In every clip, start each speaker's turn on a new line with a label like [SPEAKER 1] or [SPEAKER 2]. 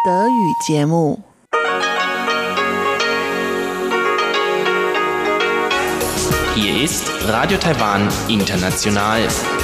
[SPEAKER 1] Hier ist Radio Taiwan International.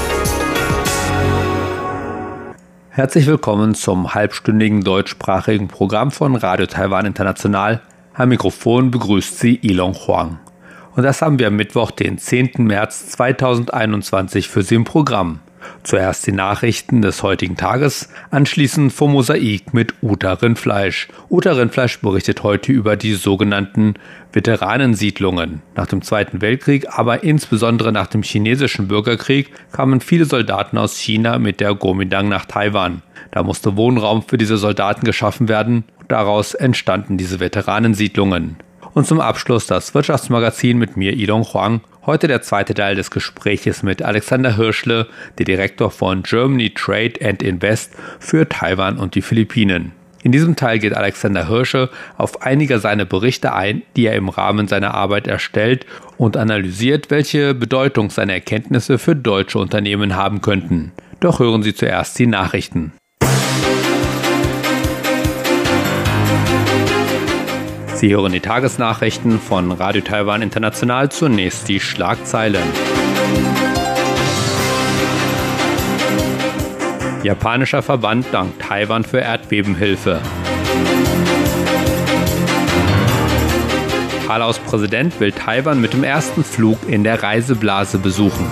[SPEAKER 2] Herzlich willkommen zum halbstündigen deutschsprachigen Programm von Radio Taiwan International. Am Mikrofon begrüßt Sie Ilong Huang. Und das haben wir am Mittwoch, den 10. März 2021 für Sie im Programm. Zuerst die Nachrichten des heutigen Tages, anschließend vom Mosaik mit Uta Rindfleisch. Uta Rindfleisch berichtet heute über die sogenannten Veteranensiedlungen. Nach dem Zweiten Weltkrieg, aber insbesondere nach dem chinesischen Bürgerkrieg, kamen viele Soldaten aus China mit der Kuomintang nach Taiwan. Da musste Wohnraum für diese Soldaten geschaffen werden. Daraus entstanden diese Veteranensiedlungen. Und zum Abschluss das Wirtschaftsmagazin mit mir, Ilong Huang. Heute der zweite Teil des Gespräches mit Alexander Hirschle, der Direktor von Germany Trade and Invest für Taiwan und die Philippinen. In diesem Teil geht Alexander Hirschle auf einige seiner Berichte ein, die er im Rahmen seiner Arbeit erstellt und analysiert, welche Bedeutung seine Erkenntnisse für deutsche Unternehmen haben könnten. Doch hören Sie zuerst die Nachrichten. Sie hören die Tagesnachrichten von Radio Taiwan International. Zunächst die Schlagzeilen. Japanischer Verband dankt Taiwan für Erdbebenhilfe. Palaus Präsident will Taiwan mit dem ersten Flug in der Reiseblase besuchen.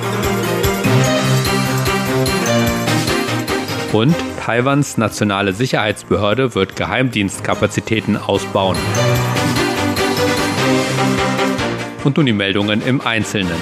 [SPEAKER 2] Und Taiwans nationale Sicherheitsbehörde wird Geheimdienstkapazitäten ausbauen. Und nun die Meldungen im Einzelnen.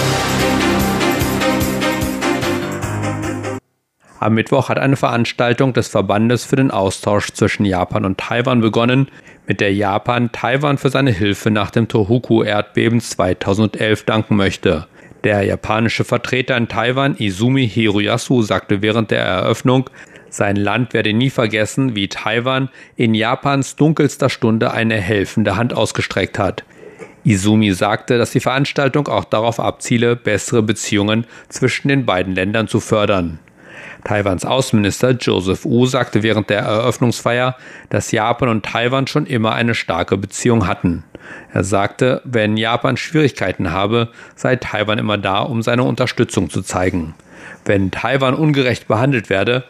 [SPEAKER 2] Am Mittwoch hat eine Veranstaltung des Verbandes für den Austausch zwischen Japan und Taiwan begonnen, mit der Japan Taiwan für seine Hilfe nach dem Tohoku-Erdbeben 2011 danken möchte. Der japanische Vertreter in Taiwan, Izumi Hiroyasu, sagte während der Eröffnung, sein Land werde nie vergessen, wie Taiwan in Japans dunkelster Stunde eine helfende Hand ausgestreckt hat. Izumi sagte, dass die Veranstaltung auch darauf abziele, bessere Beziehungen zwischen den beiden Ländern zu fördern. Taiwans Außenminister Joseph Wu sagte während der Eröffnungsfeier, dass Japan und Taiwan schon immer eine starke Beziehung hatten. Er sagte, wenn Japan Schwierigkeiten habe, sei Taiwan immer da, um seine Unterstützung zu zeigen. Wenn Taiwan ungerecht behandelt werde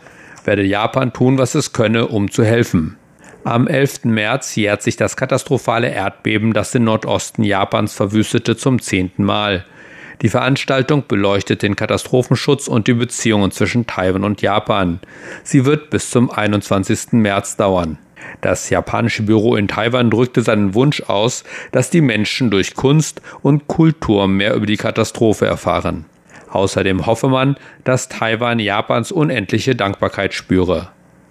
[SPEAKER 2] Japan tun, was es könne, um zu helfen. Am 11. März jährt sich das katastrophale Erdbeben, das den Nordosten Japans verwüstete, zum 10. Mal. Die Veranstaltung beleuchtet den Katastrophenschutz und die Beziehungen zwischen Taiwan und Japan. Sie wird bis zum 21. März dauern. Das japanische Büro in Taiwan drückte seinen Wunsch aus, dass die Menschen durch Kunst und Kultur mehr über die Katastrophe erfahren. Außerdem hoffe man, dass Taiwan Japans unendliche Dankbarkeit spüre.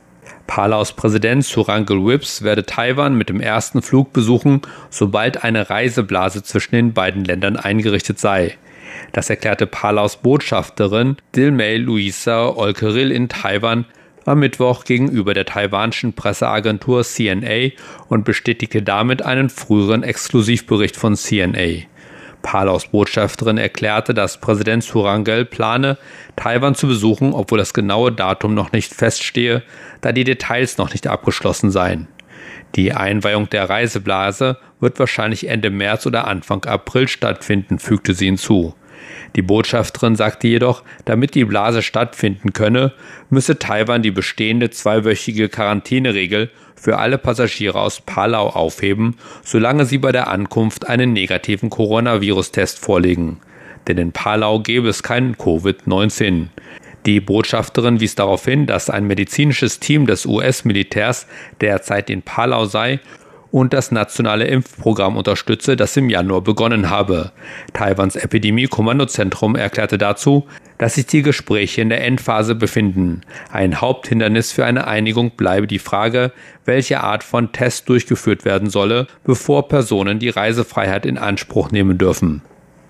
[SPEAKER 2] Palaus Präsident Surangul Wips werde Taiwan mit dem ersten Flug besuchen, sobald eine Reiseblase zwischen den beiden Ländern eingerichtet sei. Das erklärte Palaus Botschafterin Dilmei Luisa Olkeril in Taiwan am Mittwoch gegenüber der taiwanischen Presseagentur CNA und bestätigte damit einen früheren Exklusivbericht von CNA. Palaus Botschafterin erklärte, dass Präsident Surangul plane, Taiwan zu besuchen, obwohl das genaue Datum noch nicht feststehe, da die Details noch nicht abgeschlossen seien. Die Einweihung der Reiseblase wird wahrscheinlich Ende März oder Anfang April stattfinden, fügte sie hinzu. Die Botschafterin sagte jedoch, damit die Blase stattfinden könne, müsse Taiwan die bestehende 2-wöchige Quarantäneregel für alle Passagiere aus Palau aufheben, solange sie bei der Ankunft einen negativen Coronavirus-Test vorlegen. Denn in Palau gäbe es keinen Covid-19. Die Botschafterin wies darauf hin, dass ein medizinisches Team des US-Militärs derzeit in Palau sei und das nationale Impfprogramm unterstütze, das im Januar begonnen habe. Taiwans Epidemie-Kommandozentrum erklärte dazu, dass sich die Gespräche in der Endphase befinden. Ein Haupthindernis für eine Einigung bleibe die Frage, welche Art von Test durchgeführt werden solle, bevor Personen die Reisefreiheit in Anspruch nehmen dürfen.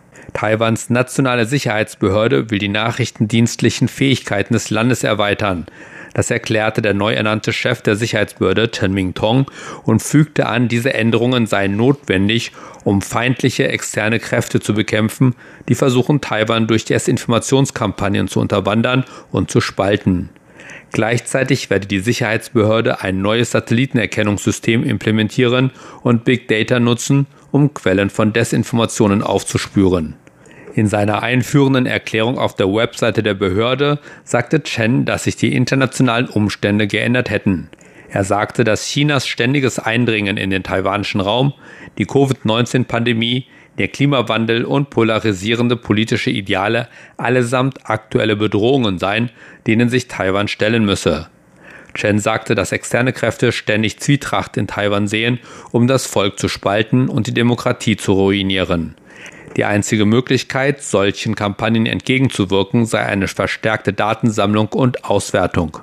[SPEAKER 2] Taiwans nationale Sicherheitsbehörde will die nachrichtendienstlichen Fähigkeiten des Landes erweitern. Das erklärte der neu ernannte Chef der Sicherheitsbehörde Chen Mingtong und fügte an, diese Änderungen seien notwendig, um feindliche externe Kräfte zu bekämpfen, die versuchen, Taiwan durch Desinformationskampagnen zu unterwandern und zu spalten. Gleichzeitig werde die Sicherheitsbehörde ein neues Satellitenerkennungssystem implementieren und Big Data nutzen, um Quellen von Desinformationen aufzuspüren. In seiner einführenden Erklärung auf der Webseite der Behörde sagte Chen, dass sich die internationalen Umstände geändert hätten. Er sagte, dass Chinas ständiges Eindringen in den taiwanischen Raum, die Covid-19-Pandemie, der Klimawandel und polarisierende politische Ideale allesamt aktuelle Bedrohungen seien, denen sich Taiwan stellen müsse. Chen sagte, dass externe Kräfte ständig Zwietracht in Taiwan sehen, um das Volk zu spalten und die Demokratie zu ruinieren. Die einzige Möglichkeit, solchen Kampagnen entgegenzuwirken, sei eine verstärkte Datensammlung und Auswertung.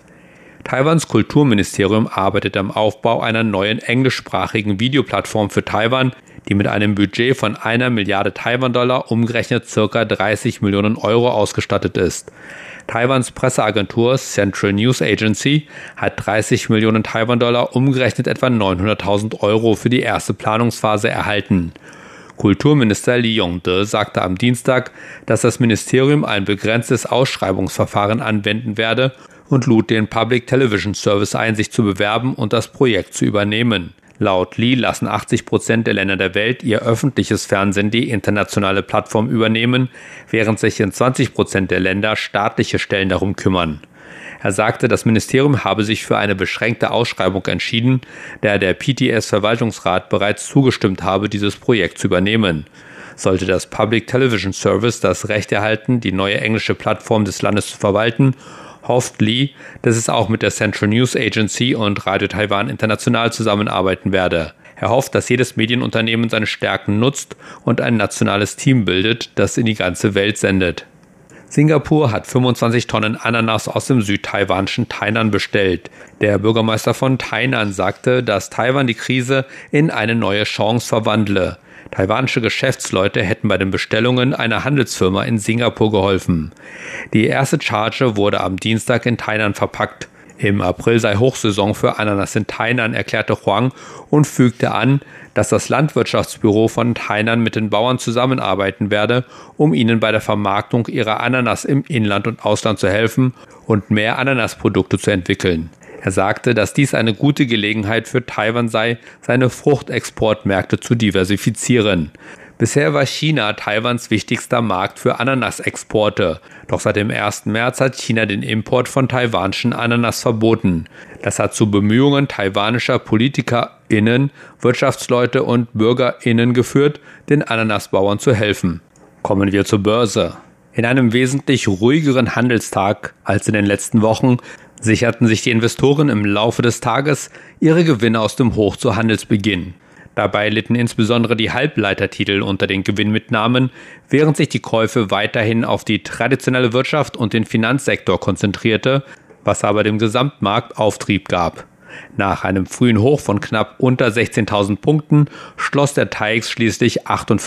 [SPEAKER 2] Taiwans Kulturministerium arbeitet am Aufbau einer neuen englischsprachigen Videoplattform für Taiwan, die mit einem Budget von 1 Milliarde Taiwan-Dollar umgerechnet ca. 30 Millionen Euro ausgestattet ist. Taiwans Presseagentur Central News Agency hat 30 Millionen Taiwan-Dollar umgerechnet etwa 900.000 Euro für die erste Planungsphase erhalten. Kulturminister Li Yongde sagte am Dienstag, dass das Ministerium ein begrenztes Ausschreibungsverfahren anwenden werde und lud den Public Television Service ein, sich zu bewerben und das Projekt zu übernehmen. Laut Li lassen 80% der Länder der Welt ihr öffentliches Fernsehen die internationale Plattform übernehmen, während sich in 20% der Länder staatliche Stellen darum kümmern. Er sagte, das Ministerium habe sich für eine beschränkte Ausschreibung entschieden, da der PTS-Verwaltungsrat bereits zugestimmt habe, dieses Projekt zu übernehmen. Sollte das Public Television Service das Recht erhalten, die neue englische Plattform des Landes zu verwalten, hofft Li, dass es auch mit der Central News Agency und Radio Taiwan International zusammenarbeiten werde. Er hofft, dass jedes Medienunternehmen seine Stärken nutzt und ein nationales Team bildet, das in die ganze Welt sendet. Singapur hat 25 Tonnen Ananas aus dem südtaiwanischen Tainan bestellt. Der Bürgermeister von Tainan sagte, dass Taiwan die Krise in eine neue Chance verwandle. Taiwanische Geschäftsleute hätten bei den Bestellungen einer Handelsfirma in Singapur geholfen. Die erste Charge wurde am Dienstag in Tainan verpackt. Im April sei Hochsaison für Ananas in Tainan, erklärte Huang und fügte an, dass das Landwirtschaftsbüro von Tainan mit den Bauern zusammenarbeiten werde, um ihnen bei der Vermarktung ihrer Ananas im Inland und Ausland zu helfen und mehr Ananasprodukte zu entwickeln. Er sagte, dass dies eine gute Gelegenheit für Taiwan sei, seine Fruchtexportmärkte zu diversifizieren. Bisher war China Taiwans wichtigster Markt für Ananasexporte. Doch seit dem 1. März hat China den Import von taiwanischen Ananas verboten. Das hat zu Bemühungen taiwanischer PolitikerInnen, Wirtschaftsleute und BürgerInnen geführt, den Ananasbauern zu helfen. Kommen wir zur Börse. In einem wesentlich ruhigeren Handelstag als in den letzten Wochen sicherten sich die Investoren im Laufe des Tages ihre Gewinne aus dem Hoch zu Handelsbeginn. Dabei litten insbesondere die Halbleitertitel unter den Gewinnmitnahmen, während sich die Käufe weiterhin auf die traditionelle Wirtschaft und den Finanzsektor konzentrierte, was aber dem Gesamtmarkt Auftrieb gab. Nach einem frühen Hoch von knapp unter 16.000 Punkten schloss der TAIEX schließlich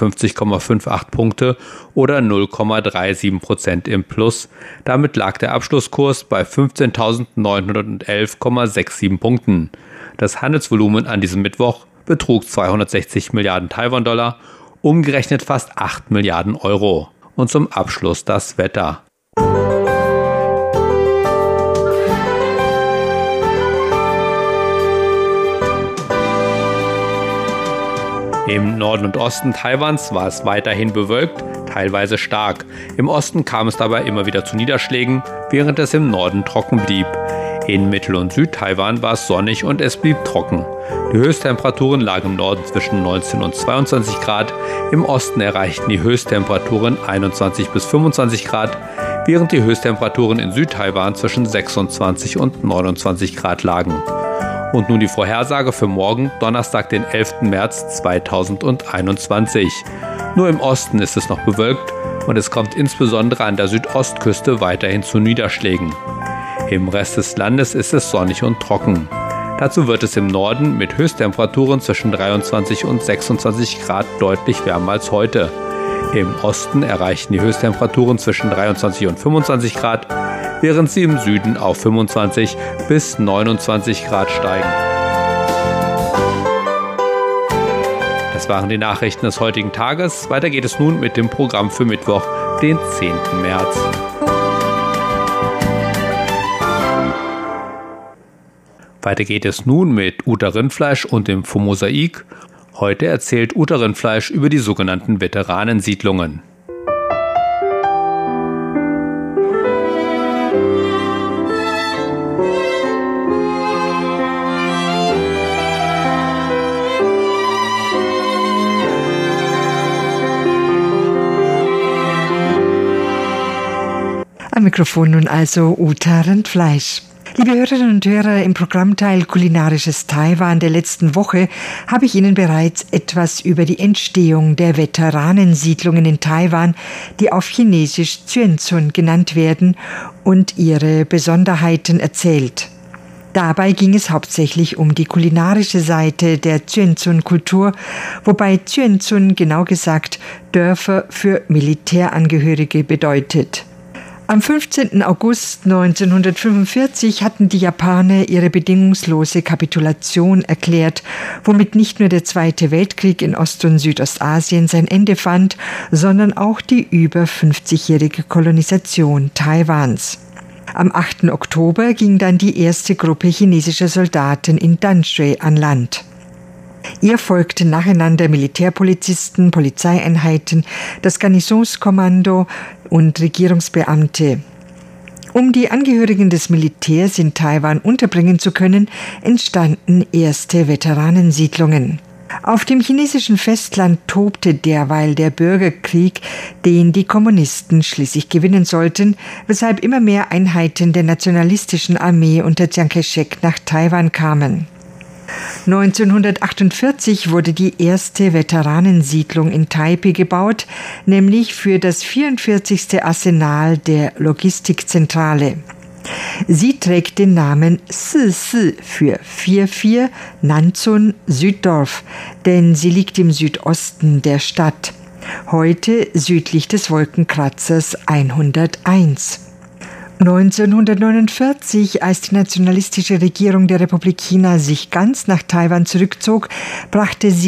[SPEAKER 2] 58,58 Punkte oder 0,37% im Plus. Damit lag der Abschlusskurs bei 15.911,67 Punkten. Das Handelsvolumen an diesem Mittwoch betrug 260 Milliarden Taiwan-Dollar, umgerechnet fast 8 Milliarden Euro. Und zum Abschluss das Wetter. Im Norden und Osten Taiwans war es weiterhin bewölkt, teilweise stark. Im Osten kam es dabei immer wieder zu Niederschlägen, während es im Norden trocken blieb. In Mittel- und Südtaiwan war es sonnig und es blieb trocken. Die Höchsttemperaturen lagen im Norden zwischen 19 und 22 Grad, im Osten erreichten die Höchsttemperaturen 21 bis 25 Grad, während die Höchsttemperaturen in Südtaiwan zwischen 26 und 29 Grad lagen. Und nun die Vorhersage für morgen, Donnerstag, den 11. März 2021. Nur im Osten ist es noch bewölkt und es kommt insbesondere an der Südostküste weiterhin zu Niederschlägen. Im Rest des Landes ist es sonnig und trocken. Dazu wird es im Norden mit Höchsttemperaturen zwischen 23 und 26 Grad deutlich wärmer als heute. Im Osten erreichen die Höchsttemperaturen zwischen 23 und 25 Grad, während sie im Süden auf 25 bis 29 Grad steigen. Das waren die Nachrichten des heutigen Tages. Weiter geht es nun mit dem Programm für Mittwoch, den 10. März. Weiter geht es nun mit Uta Rindfleisch und dem Fomosaik. Heute erzählt Uta Rindfleisch über die sogenannten Veteranensiedlungen.
[SPEAKER 3] Am Mikrofon nun also Uta Rindfleisch. Liebe Hörerinnen und Hörer, im Programmteil Kulinarisches Taiwan der letzten Woche habe ich Ihnen bereits etwas über die Entstehung der Veteranensiedlungen in Taiwan, die auf Chinesisch Zhuanzun genannt werden, und ihre Besonderheiten erzählt. Dabei ging es hauptsächlich um die kulinarische Seite der Zhuanzun-Kultur, wobei Zhuanzun genau gesagt Dörfer für Militärangehörige bedeutet. Am 15. August 1945 hatten die Japaner ihre bedingungslose Kapitulation erklärt, womit nicht nur der Zweite Weltkrieg in Ost- und Südostasien sein Ende fand, sondern auch die über 50-jährige Kolonisation Taiwans. Am 8. Oktober ging dann die erste Gruppe chinesischer Soldaten in Danshui an Land. Ihr folgten nacheinander Militärpolizisten, Polizeieinheiten, das Garnisonskommando und Regierungsbeamte. Um die Angehörigen des Militärs in Taiwan unterbringen zu können, entstanden erste Veteranensiedlungen. Auf dem chinesischen Festland tobte derweil der Bürgerkrieg, den die Kommunisten schließlich gewinnen sollten, weshalb immer mehr Einheiten der nationalistischen Armee unter Chiang Kai-shek nach Taiwan kamen. 1948 wurde die erste Veteranensiedlung in Taipei gebaut, nämlich für das 44. Arsenal der Logistikzentrale. Sie trägt den Namen 44 für 44 Nanzun Süddorf, denn sie liegt im Südosten der Stadt, heute südlich des Wolkenkratzers 101. 1949, als die nationalistische Regierung der Republik China sich ganz nach Taiwan zurückzog, brachte sie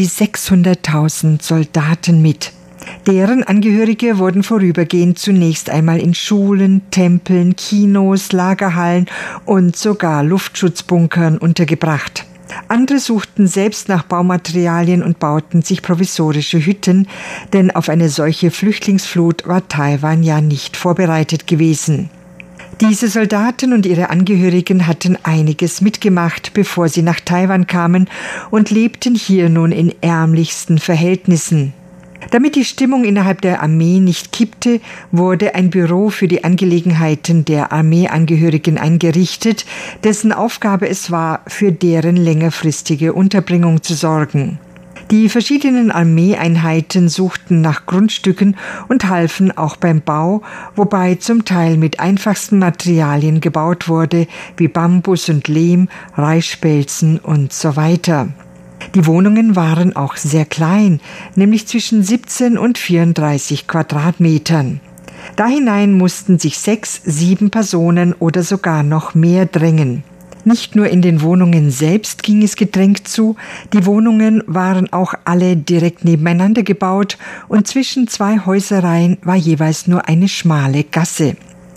[SPEAKER 3] 600.000 Soldaten mit. Deren Angehörige wurden vorübergehend zunächst einmal in Schulen, Tempeln, Kinos, Lagerhallen und sogar Luftschutzbunkern untergebracht. Andere suchten selbst nach Baumaterialien und bauten sich provisorische Hütten, denn auf eine solche Flüchtlingsflut war Taiwan ja nicht vorbereitet gewesen. Diese Soldaten und ihre Angehörigen hatten einiges mitgemacht, bevor sie nach Taiwan kamen, und lebten hier nun in ärmlichsten Verhältnissen. Damit die Stimmung innerhalb der Armee nicht kippte, wurde ein Büro für die Angelegenheiten der Armeeangehörigen eingerichtet, dessen Aufgabe es war, für deren längerfristige Unterbringung zu sorgen. Die verschiedenen Armeeeinheiten suchten nach Grundstücken und halfen auch beim Bau, wobei zum Teil mit einfachsten Materialien gebaut wurde, wie Bambus und Lehm, Reisspelzen und so weiter. Die Wohnungen waren auch sehr klein, nämlich zwischen 17 und 34 Quadratmetern. Da hinein mussten sich 6, 7 Personen oder sogar noch mehr drängen. Nicht nur in den Wohnungen selbst ging es gedrängt zu, die Wohnungen waren auch alle direkt nebeneinander gebaut und zwischen 2 Häusereien war jeweils nur eine schmale Gasse.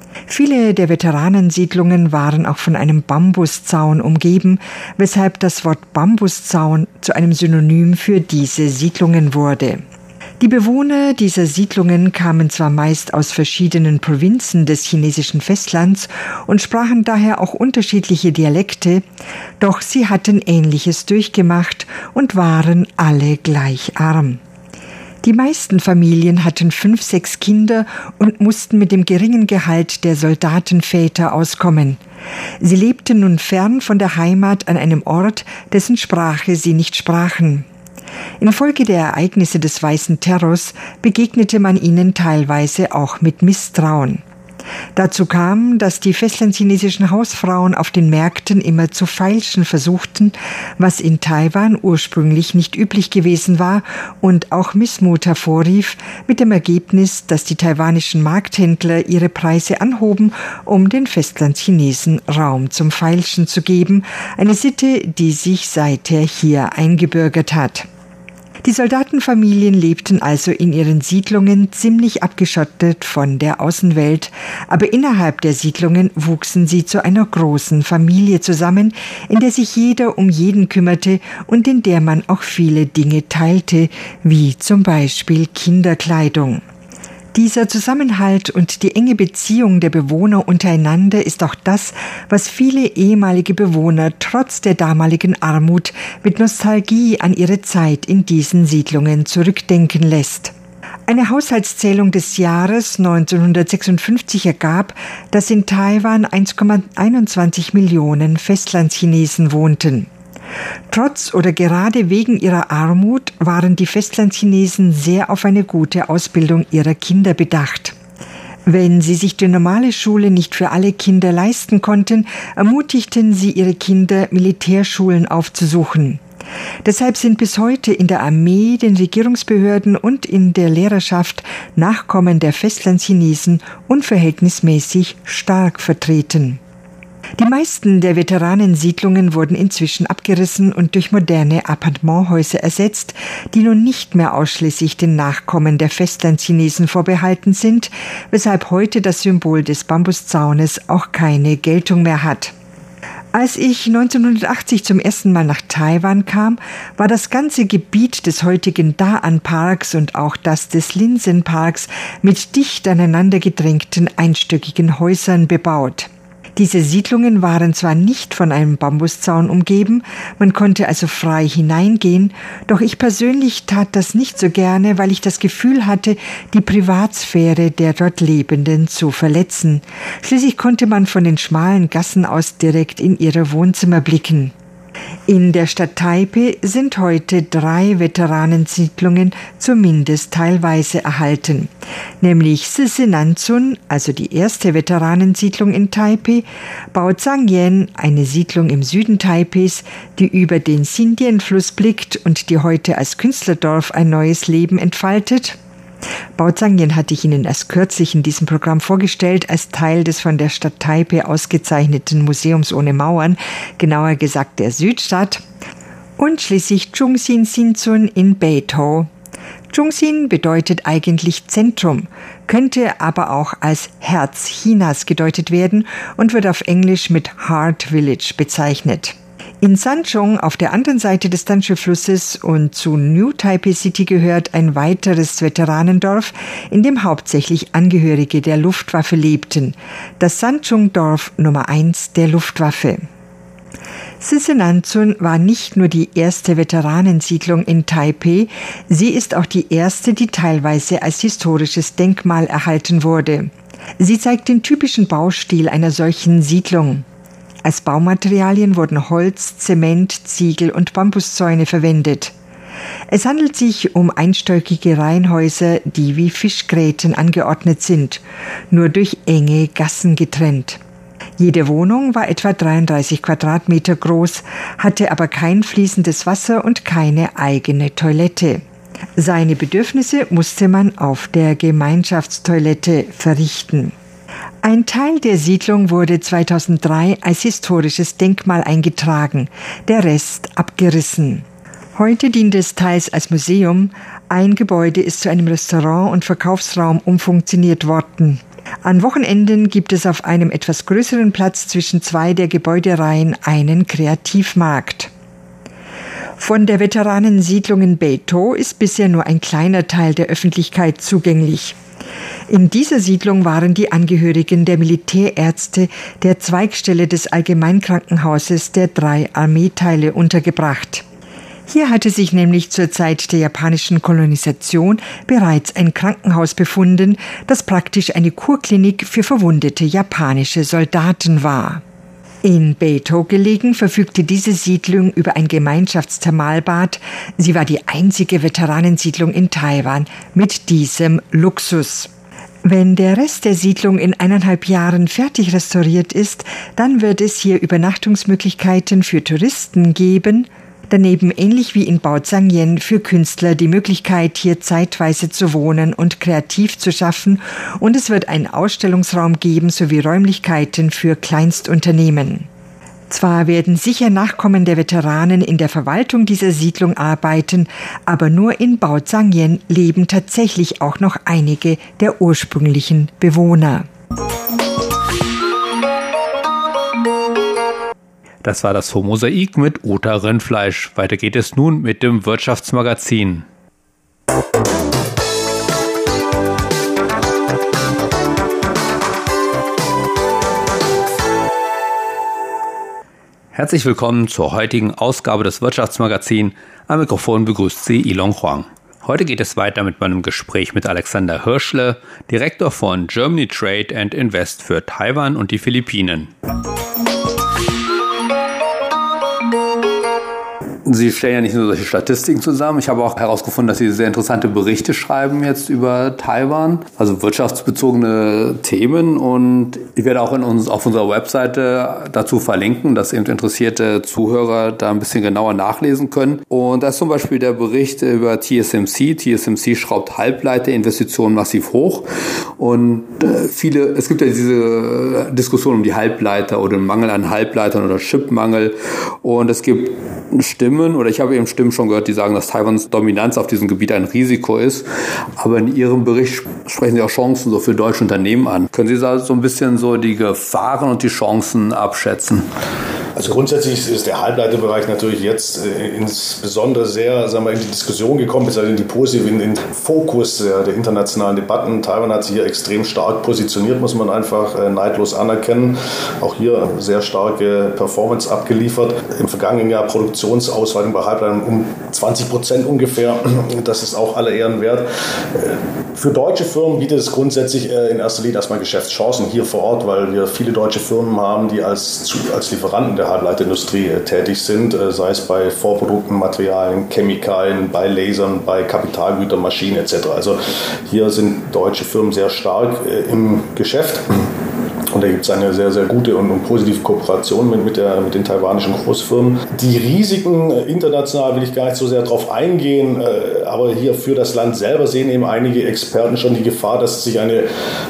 [SPEAKER 3] Viele der Veteranensiedlungen waren auch von einem Bambuszaun umgeben, weshalb das Wort Bambuszaun zu einem Synonym für diese Siedlungen wurde. Die Bewohner dieser Siedlungen kamen zwar meist aus verschiedenen Provinzen des chinesischen Festlands und sprachen daher auch unterschiedliche Dialekte, doch sie hatten Ähnliches durchgemacht und waren alle gleich arm. Die meisten Familien hatten 5, 6 Kinder und mussten mit dem geringen Gehalt der Soldatenväter auskommen. Sie lebten nun fern von der Heimat an einem Ort, dessen Sprache sie nicht sprachen. Infolge der Ereignisse des Weißen Terrors begegnete man ihnen teilweise auch mit Misstrauen. Dazu kam, dass die festlandchinesischen Hausfrauen auf den Märkten immer zu feilschen versuchten, was in Taiwan ursprünglich nicht üblich gewesen war und auch Missmut hervorrief, mit dem Ergebnis, dass die taiwanischen Markthändler ihre Preise anhoben, um den Festlandchinesen Raum zum Feilschen zu geben, eine Sitte, die sich seither hier eingebürgert hat. Die Soldatenfamilien lebten also in ihren Siedlungen ziemlich abgeschottet von der Außenwelt, aber innerhalb der Siedlungen wuchsen sie zu einer großen Familie zusammen, in der sich jeder um jeden kümmerte und in der man auch viele Dinge teilte, wie zum Beispiel Kinderkleidung. Dieser Zusammenhalt und die enge Beziehung der Bewohner untereinander ist auch das, was viele ehemalige Bewohner trotz der damaligen Armut mit Nostalgie an ihre Zeit in diesen Siedlungen zurückdenken lässt. Eine Haushaltszählung des Jahres 1956 ergab, dass in Taiwan 1,21 Millionen Festlandchinesen wohnten. Trotz oder gerade wegen ihrer Armut waren die Festlandchinesen sehr auf eine gute Ausbildung ihrer Kinder bedacht. Wenn sie sich die normale Schule nicht für alle Kinder leisten konnten, ermutigten sie ihre Kinder, Militärschulen aufzusuchen. Deshalb sind bis heute in der Armee, den Regierungsbehörden und in der Lehrerschaft Nachkommen der Festlandchinesen unverhältnismäßig stark vertreten. Die meisten der Veteranensiedlungen wurden inzwischen abgerissen und durch moderne Appartementhäuser ersetzt, die nun nicht mehr ausschließlich den Nachkommen der Festlandchinesen vorbehalten sind, weshalb heute das Symbol des Bambuszaunes auch keine Geltung mehr hat. Als ich 1980 zum ersten Mal nach Taiwan kam, war das ganze Gebiet des heutigen Da'an-Parks und auch das des Linsen-Parks mit dicht aneinander gedrängten einstöckigen Häusern bebaut. Diese Siedlungen waren zwar nicht von einem Bambuszaun umgeben, man konnte also frei hineingehen, doch ich persönlich tat das nicht so gerne, weil ich das Gefühl hatte, die Privatsphäre der dort Lebenden zu verletzen. Schließlich konnte man von den schmalen Gassen aus direkt in ihre Wohnzimmer blicken. In der Stadt Taipei sind heute 3 Veteranensiedlungen zumindest teilweise erhalten, nämlich Sisinanzun, also die erste Veteranensiedlung in Taipei, Baozangyan, eine Siedlung im Süden Taipeis, die über den Xindian-Fluss blickt und die heute als Künstlerdorf ein neues Leben entfaltet. Baozangyan hatte ich Ihnen erst kürzlich in diesem Programm vorgestellt, als Teil des von der Stadt Taipei ausgezeichneten Museums ohne Mauern, genauer gesagt der Südstadt. Und schließlich Zhongxin Xinzun in Beitou. Zhongxin bedeutet eigentlich Zentrum, könnte aber auch als Herz Chinas gedeutet werden und wird auf Englisch mit Heart Village bezeichnet. In Sanchong auf der anderen Seite des Danshui-Flusses und zu New Taipei City gehört ein weiteres Veteranendorf, in dem hauptsächlich Angehörige der Luftwaffe lebten, das Sanchong-Dorf Nummer 1 der Luftwaffe. Sisinanzun war nicht nur die erste Veteranensiedlung in Taipei, sie ist auch die erste, die teilweise als historisches Denkmal erhalten wurde. Sie zeigt den typischen Baustil einer solchen Siedlung. Als Baumaterialien wurden Holz, Zement, Ziegel und Bambuszäune verwendet. Es handelt sich um einstöckige Reihenhäuser, die wie Fischgräten angeordnet sind, nur durch enge Gassen getrennt. Jede Wohnung war etwa 33 Quadratmeter groß, hatte aber kein fließendes Wasser und keine eigene Toilette. Seine Bedürfnisse musste man auf der Gemeinschaftstoilette verrichten. Ein Teil der Siedlung wurde 2003 als historisches Denkmal eingetragen, der Rest abgerissen. Heute dient es teils als Museum, ein Gebäude ist zu einem Restaurant und Verkaufsraum umfunktioniert worden. An Wochenenden gibt es auf einem etwas größeren Platz zwischen 2 der Gebäudereihen einen Kreativmarkt. Von der Veteranensiedlung in Beitou ist bisher nur ein kleiner Teil der Öffentlichkeit zugänglich. In dieser Siedlung waren die Angehörigen der Militärärzte der Zweigstelle des Allgemeinkrankenhauses der 3 Armeeteile untergebracht. Hier hatte sich nämlich zur Zeit der japanischen Kolonisation bereits ein Krankenhaus befunden, das praktisch eine Kurklinik für verwundete japanische Soldaten war. In Beitou gelegen verfügte diese Siedlung über ein Gemeinschaftsthermalbad. Sie war die einzige Veteranensiedlung in Taiwan mit diesem Luxus. Wenn der Rest der Siedlung in 1,5 Jahren fertig restauriert ist, dann wird es hier Übernachtungsmöglichkeiten für Touristen geben. Daneben ähnlich wie in Baozangyan für Künstler die Möglichkeit, hier zeitweise zu wohnen und kreativ zu schaffen, und es wird einen Ausstellungsraum geben sowie Räumlichkeiten für Kleinstunternehmen. Zwar werden sicher Nachkommen der Veteranen in der Verwaltung dieser Siedlung arbeiten, aber nur in Baotsangen leben tatsächlich auch noch einige der ursprünglichen Bewohner.
[SPEAKER 2] Das war das Mosaik mit Ota Rindfleisch. Weiter geht es nun mit dem Wirtschaftsmagazin. Herzlich willkommen zur heutigen Ausgabe des Wirtschaftsmagazins. Am Mikrofon begrüßt Sie Ilon Huang. Heute geht es weiter mit meinem Gespräch mit Alexander Hirschle, Direktor von Germany Trade and Invest für Taiwan und die Philippinen. Sie stellen ja nicht nur solche Statistiken zusammen. Ich habe auch herausgefunden, dass Sie sehr interessante Berichte schreiben jetzt über Taiwan, also wirtschaftsbezogene Themen. Und ich werde auch auf unserer Webseite dazu verlinken, dass eben interessierte Zuhörer da ein bisschen genauer nachlesen können. Und da ist zum Beispiel der Bericht über TSMC. TSMC schraubt Halbleiterinvestitionen massiv hoch. Und es gibt ja diese Diskussion um die Halbleiter oder den Mangel an Halbleitern oder Chipmangel. Und es gibt Stimmen, oder ich habe eben Stimmen schon gehört, die sagen, dass Taiwans Dominanz auf diesem Gebiet ein Risiko ist. Aber in Ihrem Bericht sprechen Sie auch Chancen so für deutsche Unternehmen an. Können Sie da so ein bisschen so die Gefahren und die Chancen abschätzen?
[SPEAKER 4] Also grundsätzlich ist der Halbleiterbereich natürlich jetzt insbesondere sehr, sagen wir, in die Diskussion gekommen, in die positive, in den Fokus der internationalen Debatten. Taiwan hat sich hier extrem stark positioniert, muss man einfach neidlos anerkennen. Auch hier sehr starke Performance abgeliefert. Im vergangenen Jahr Produktionsausweitung bei Halbleitern um 20% ungefähr. Das ist auch aller Ehren wert. Für deutsche Firmen bietet es grundsätzlich in erster Linie erstmal Geschäftschancen hier vor Ort, weil wir viele deutsche Firmen haben, die als Lieferanten der Halbleiterindustrie tätig sind, sei es bei Vorprodukten, Materialien, Chemikalien, bei Lasern, bei Kapitalgütern, Maschinen etc. Also hier sind deutsche Firmen sehr stark im Geschäft. Und da gibt es eine sehr, sehr gute und positive Kooperation mit den taiwanischen Großfirmen. Die Risiken international will ich gar nicht so sehr drauf eingehen, aber hier für das Land selber sehen eben einige Experten schon die Gefahr, dass sich eine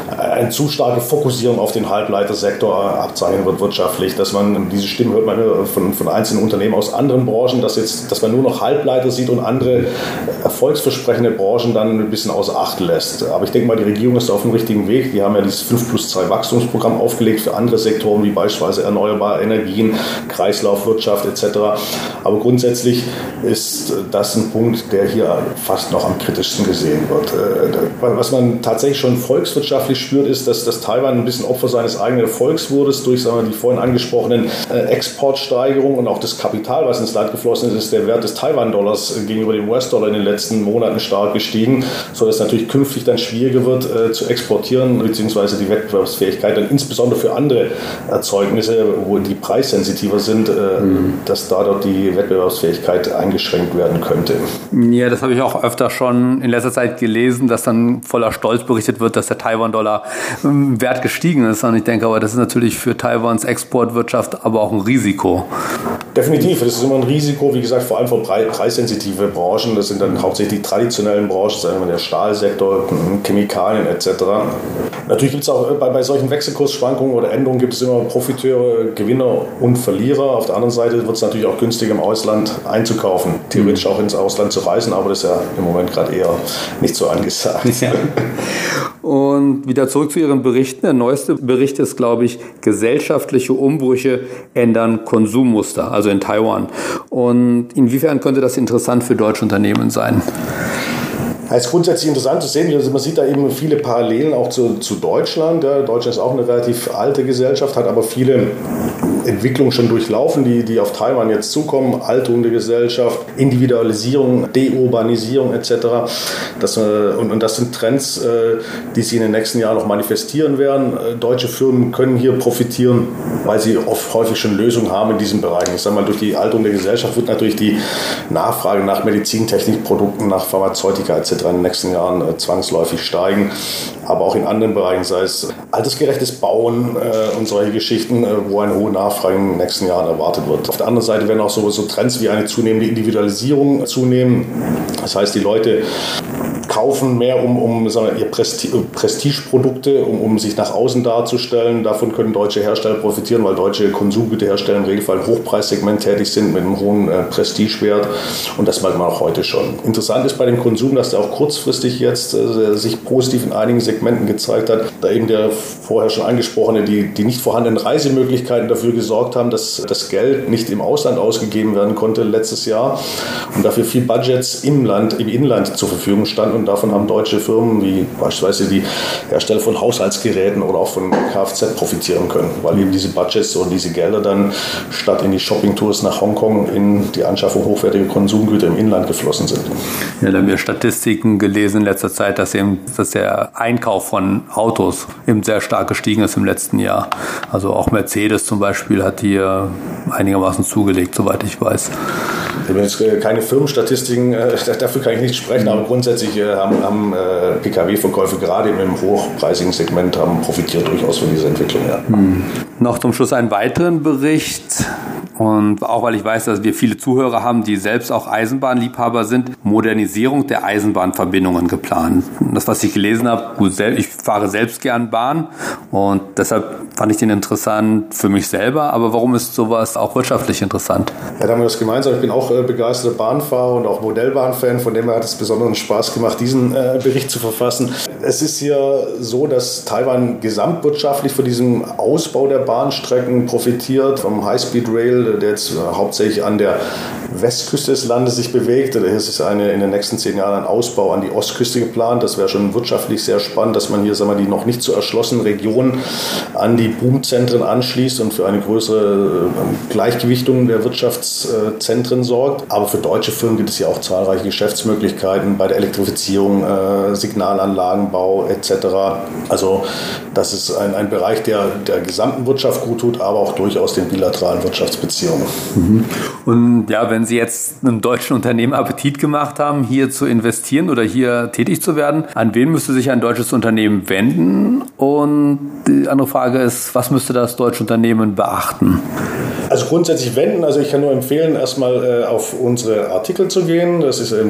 [SPEAKER 4] zu starke Fokussierung auf den Halbleitersektor abzeichnen wird wirtschaftlich. Dass man, diese Stimmen hört man von einzelnen Unternehmen aus anderen Branchen, dass man nur noch Halbleiter sieht und andere erfolgsversprechende Branchen dann ein bisschen außer Acht lässt. Aber ich denke mal, die Regierung ist auf dem richtigen Weg. Die haben ja dieses 5+2 Wachstumsprogramm aufgelegt für andere Sektoren, wie beispielsweise erneuerbare Energien, Kreislaufwirtschaft etc. Aber grundsätzlich ist das ein Punkt, der hier fast noch am kritischsten gesehen wird. Was man tatsächlich schon volkswirtschaftlich spürt, ist, dass Taiwan ein bisschen Opfer seines eigenen Erfolgs wurde, durch die vorhin angesprochenen Exportsteigerungen und auch das Kapital, was ins Land geflossen ist, der Wert des Taiwan-Dollars gegenüber dem US-Dollar in den letzten Monaten stark gestiegen, sodass natürlich künftig dann schwieriger wird zu exportieren, beziehungsweise die Wettbewerbsfähigkeit dann insbesondere für andere Erzeugnisse, wo die preissensitiver sind, dass dadurch die Wettbewerbsfähigkeit eingeschränkt werden könnte.
[SPEAKER 2] Ja, das habe ich auch öfter schon in letzter Zeit gelesen, dass dann voller Stolz berichtet wird, dass der Taiwan-Dollar Wert gestiegen ist. Und ich denke aber, das ist natürlich für Taiwans Exportwirtschaft aber auch ein Risiko.
[SPEAKER 4] Definitiv, das ist immer ein Risiko, wie gesagt, vor allem für preissensitive Branchen. Das sind dann hauptsächlich die traditionellen Branchen, sagen wir der Stahlsektor, Chemikalien etc. Natürlich gibt es auch bei solchen Wechselkursschwankungen oder Änderungen gibt es immer Profiteure, Gewinner und Verlierer. Auf der anderen Seite wird es natürlich auch günstiger im Ausland einzukaufen, theoretisch auch ins Ausland zu reisen, aber das ist ja im Moment gerade eher nicht so angesagt.
[SPEAKER 2] Ja. Und wieder zurück zu Ihren Berichten. Der neueste Bericht ist, glaube ich, gesellschaftliche Umbrüche ändern Konsummuster, also in Taiwan. Und inwiefern könnte das interessant für deutsche Unternehmen sein?
[SPEAKER 4] Es ist grundsätzlich interessant zu sehen, man sieht da eben viele Parallelen auch zu Deutschland. Ja, Deutschland ist auch eine relativ alte Gesellschaft, hat aber viele Entwicklungen schon durchlaufen, die auf Taiwan jetzt zukommen. Alterung der Gesellschaft, Individualisierung, Deurbanisierung etc. Das sind Trends, die sich in den nächsten Jahren noch manifestieren werden. Deutsche Firmen können hier profitieren, weil sie häufig schon Lösungen haben in diesem Bereich. Ich sage mal, durch die Alterung der Gesellschaft wird natürlich die Nachfrage nach Medizintechnikprodukten, nach Pharmazeutika etc. in den nächsten Jahren zwangsläufig steigen. Aber auch in anderen Bereichen, sei es altersgerechtes Bauen und solche Geschichten, wo eine hohe Nachfrage in den nächsten Jahren erwartet wird. Auf der anderen Seite werden auch so Trends wie eine zunehmende Individualisierung zunehmen. Das heißt, die Leute kaufen mehr um sagen wir, ihr Prestigeprodukte, um sich nach außen darzustellen. Davon können deutsche Hersteller profitieren, weil deutsche Konsumgüterhersteller im Regelfall im Hochpreissegment tätig sind mit einem hohen Prestigewert. Und das merkt man auch heute schon. Interessant ist bei dem Konsum, dass der auch kurzfristig jetzt sich positiv in einigen Segmenten gezeigt hat, da eben der vorher schon angesprochene, die nicht vorhandenen Reisemöglichkeiten dafür gesorgt haben, dass das Geld nicht im Ausland ausgegeben werden konnte letztes Jahr und dafür viel Budgets im Inland zur Verfügung standen. Und davon haben deutsche Firmen wie beispielsweise die Hersteller von Haushaltsgeräten oder auch von Kfz profitieren können, weil eben diese Budgets und diese Gelder dann statt in die Shoppingtours nach Hongkong in die Anschaffung hochwertiger Konsumgüter im Inland geflossen sind.
[SPEAKER 2] Ja, da haben wir Statistiken gelesen in letzter Zeit, dass der Einkauf von Autos eben sehr stark gestiegen ist im letzten Jahr. Also auch Mercedes zum Beispiel hat hier einigermaßen zugelegt, soweit ich weiß.
[SPEAKER 4] Ich habe jetzt keine Firmenstatistiken, dafür kann ich nicht sprechen, aber grundsätzlich haben Pkw-Verkäufe gerade im hochpreisigen Segment profitiert durchaus von dieser Entwicklung. Ja.
[SPEAKER 2] Noch zum Schluss einen weiteren Bericht. Und auch weil ich weiß, dass wir viele Zuhörer haben, die selbst auch Eisenbahnliebhaber sind, Modernisierung der Eisenbahnverbindungen geplant. Das, was ich gelesen habe, ich fahre selbst gern Bahn und deshalb fand ich den interessant für mich selber. Aber warum ist sowas auch wirtschaftlich interessant?
[SPEAKER 4] Ja, da haben wir das gemeinsam. Ich bin auch begeisterter Bahnfahrer und auch Modellbahnfan. Von dem her hat es besonderen Spaß gemacht, diesen Bericht zu verfassen. Es ist hier so, dass Taiwan gesamtwirtschaftlich von diesem Ausbau der Bahnstrecken profitiert, vom High-Speed-Rail, der jetzt hauptsächlich an der Westküste des Landes sich bewegt. Hier ist in den nächsten 10 Jahren ein Ausbau an die Ostküste geplant. Das wäre schon wirtschaftlich sehr spannend, dass man hier die noch nicht so erschlossenen Regionen an die Boomzentren anschließt und für eine größere Gleichgewichtung der Wirtschaftszentren sorgt. Aber für deutsche Firmen gibt es hier auch zahlreiche Geschäftsmöglichkeiten bei der Elektrifizierung, Signalanlagenbau etc. Also das ist ein Bereich, der gesamten Wirtschaft gut tut, aber auch durchaus den bilateralen Wirtschaftsbeziehungen.
[SPEAKER 2] Und ja, wenn Sie jetzt einem deutschen Unternehmen Appetit gemacht haben, hier zu investieren oder hier tätig zu werden, an wen müsste sich ein deutsches Unternehmen wenden? Und die andere Frage ist, was müsste das deutsche Unternehmen beachten?
[SPEAKER 4] Also grundsätzlich wenden, ich kann nur empfehlen, erstmal auf unsere Artikel zu gehen. Das ist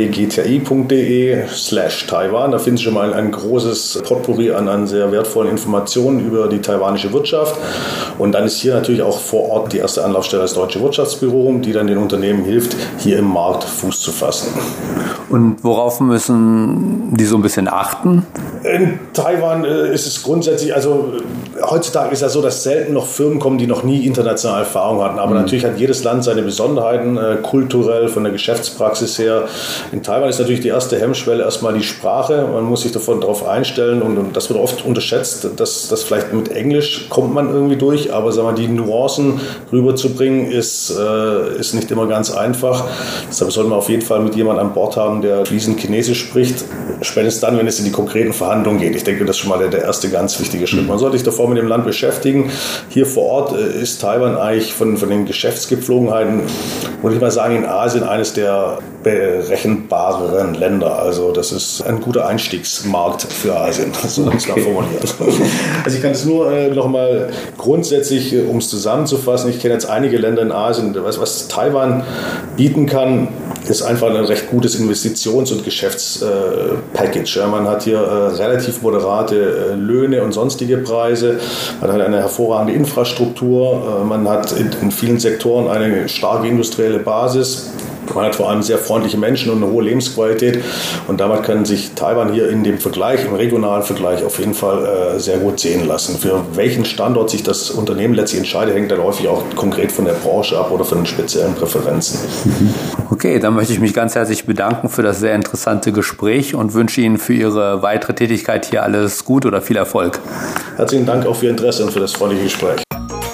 [SPEAKER 4] www.gti.de/Taiwan. Da finden Sie schon mal ein großes Potpourri an sehr wertvollen Informationen über die taiwanische Wirtschaft. Und dann ist hier natürlich auch vor Ort die erste Anlaufstelle das Deutsche Wirtschaftsbüro, die dann den Unternehmen hilft, hier im Markt Fuß zu fassen.
[SPEAKER 2] Und worauf müssen die so ein bisschen achten?
[SPEAKER 4] In Taiwan ist es grundsätzlich, heutzutage ist ja so, dass selten noch Firmen kommen, die noch nie internationale Erfahrung hatten. Aber natürlich hat jedes Land seine Besonderheiten, kulturell, von der Geschäftspraxis her. In Taiwan ist natürlich die erste Hemmschwelle erstmal die Sprache. Man muss sich darauf einstellen und das wird oft unterschätzt, dass vielleicht mit Englisch kommt man irgendwie durch, aber die Nuancen rüberzubringen ist nicht immer ganz einfach. Deshalb sollte man auf jeden Fall mit jemandem an Bord haben, der fließend Chinesisch spricht, spätestens dann, wenn es in die konkreten Verhandlungen geht. Ich denke, das ist schon mal der erste ganz wichtige Schritt. Man sollte sich davor mit dem Land beschäftigen. Hier vor Ort ist Taiwan eigentlich von den Geschäftsgepflogenheiten, würde ich mal sagen, in Asien eines der berechenbareren Länder. Also das ist ein guter Einstiegsmarkt für Asien, so ist da formuliert. Also ich kann es nur nochmal grundsätzlich, um es zusammenzufassen, ich kenne jetzt einige Länder in Asien, was Taiwan bieten kann, ist einfach ein recht gutes Investitions- und Geschäftspackage. Man hat hier relativ moderate Löhne und sonstige Preise. Man hat eine hervorragende Infrastruktur. Man hat in vielen Sektoren eine starke industrielle Basis. Man hat vor allem sehr freundliche Menschen und eine hohe Lebensqualität. Und damit kann sich Taiwan hier in dem Vergleich, im regionalen Vergleich, auf jeden Fall sehr gut sehen lassen. Für welchen Standort sich das Unternehmen letztlich entscheidet, hängt dann häufig auch konkret von der Branche ab oder von den speziellen Präferenzen.
[SPEAKER 2] Okay, dann möchte ich mich ganz herzlich bedanken für das sehr interessante Gespräch und wünsche Ihnen für Ihre weitere Tätigkeit hier alles Gute oder viel Erfolg.
[SPEAKER 4] Herzlichen Dank auch für Ihr Interesse und für das freundliche Gespräch.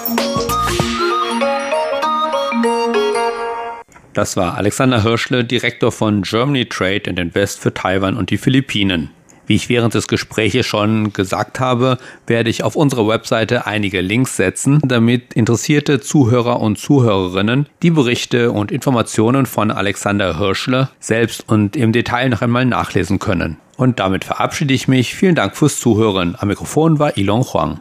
[SPEAKER 2] Das war Alexander Hirschle, Direktor von Germany Trade and Invest für Taiwan und die Philippinen. Wie ich während des Gespräches schon gesagt habe, werde ich auf unserer Webseite einige Links setzen, damit interessierte Zuhörer und Zuhörerinnen die Berichte und Informationen von Alexander Hirschle selbst und im Detail noch einmal nachlesen können. Und damit verabschiede ich mich. Vielen Dank fürs Zuhören. Am Mikrofon war Ilon Huang.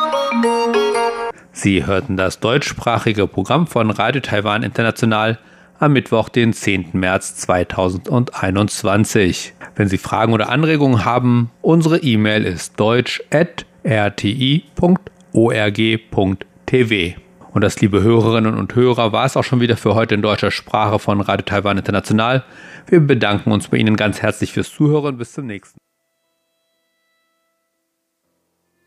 [SPEAKER 2] Sie hörten das deutschsprachige Programm von Radio Taiwan International. am Mittwoch, den 10. März 2021. Wenn Sie Fragen oder Anregungen haben, unsere E-Mail ist deutsch@rti.org.tv. Und das, liebe Hörerinnen und Hörer, war es auch schon wieder für heute in deutscher Sprache von Radio Taiwan International. Wir bedanken uns bei Ihnen ganz herzlich fürs Zuhören. Bis zum nächsten Mal.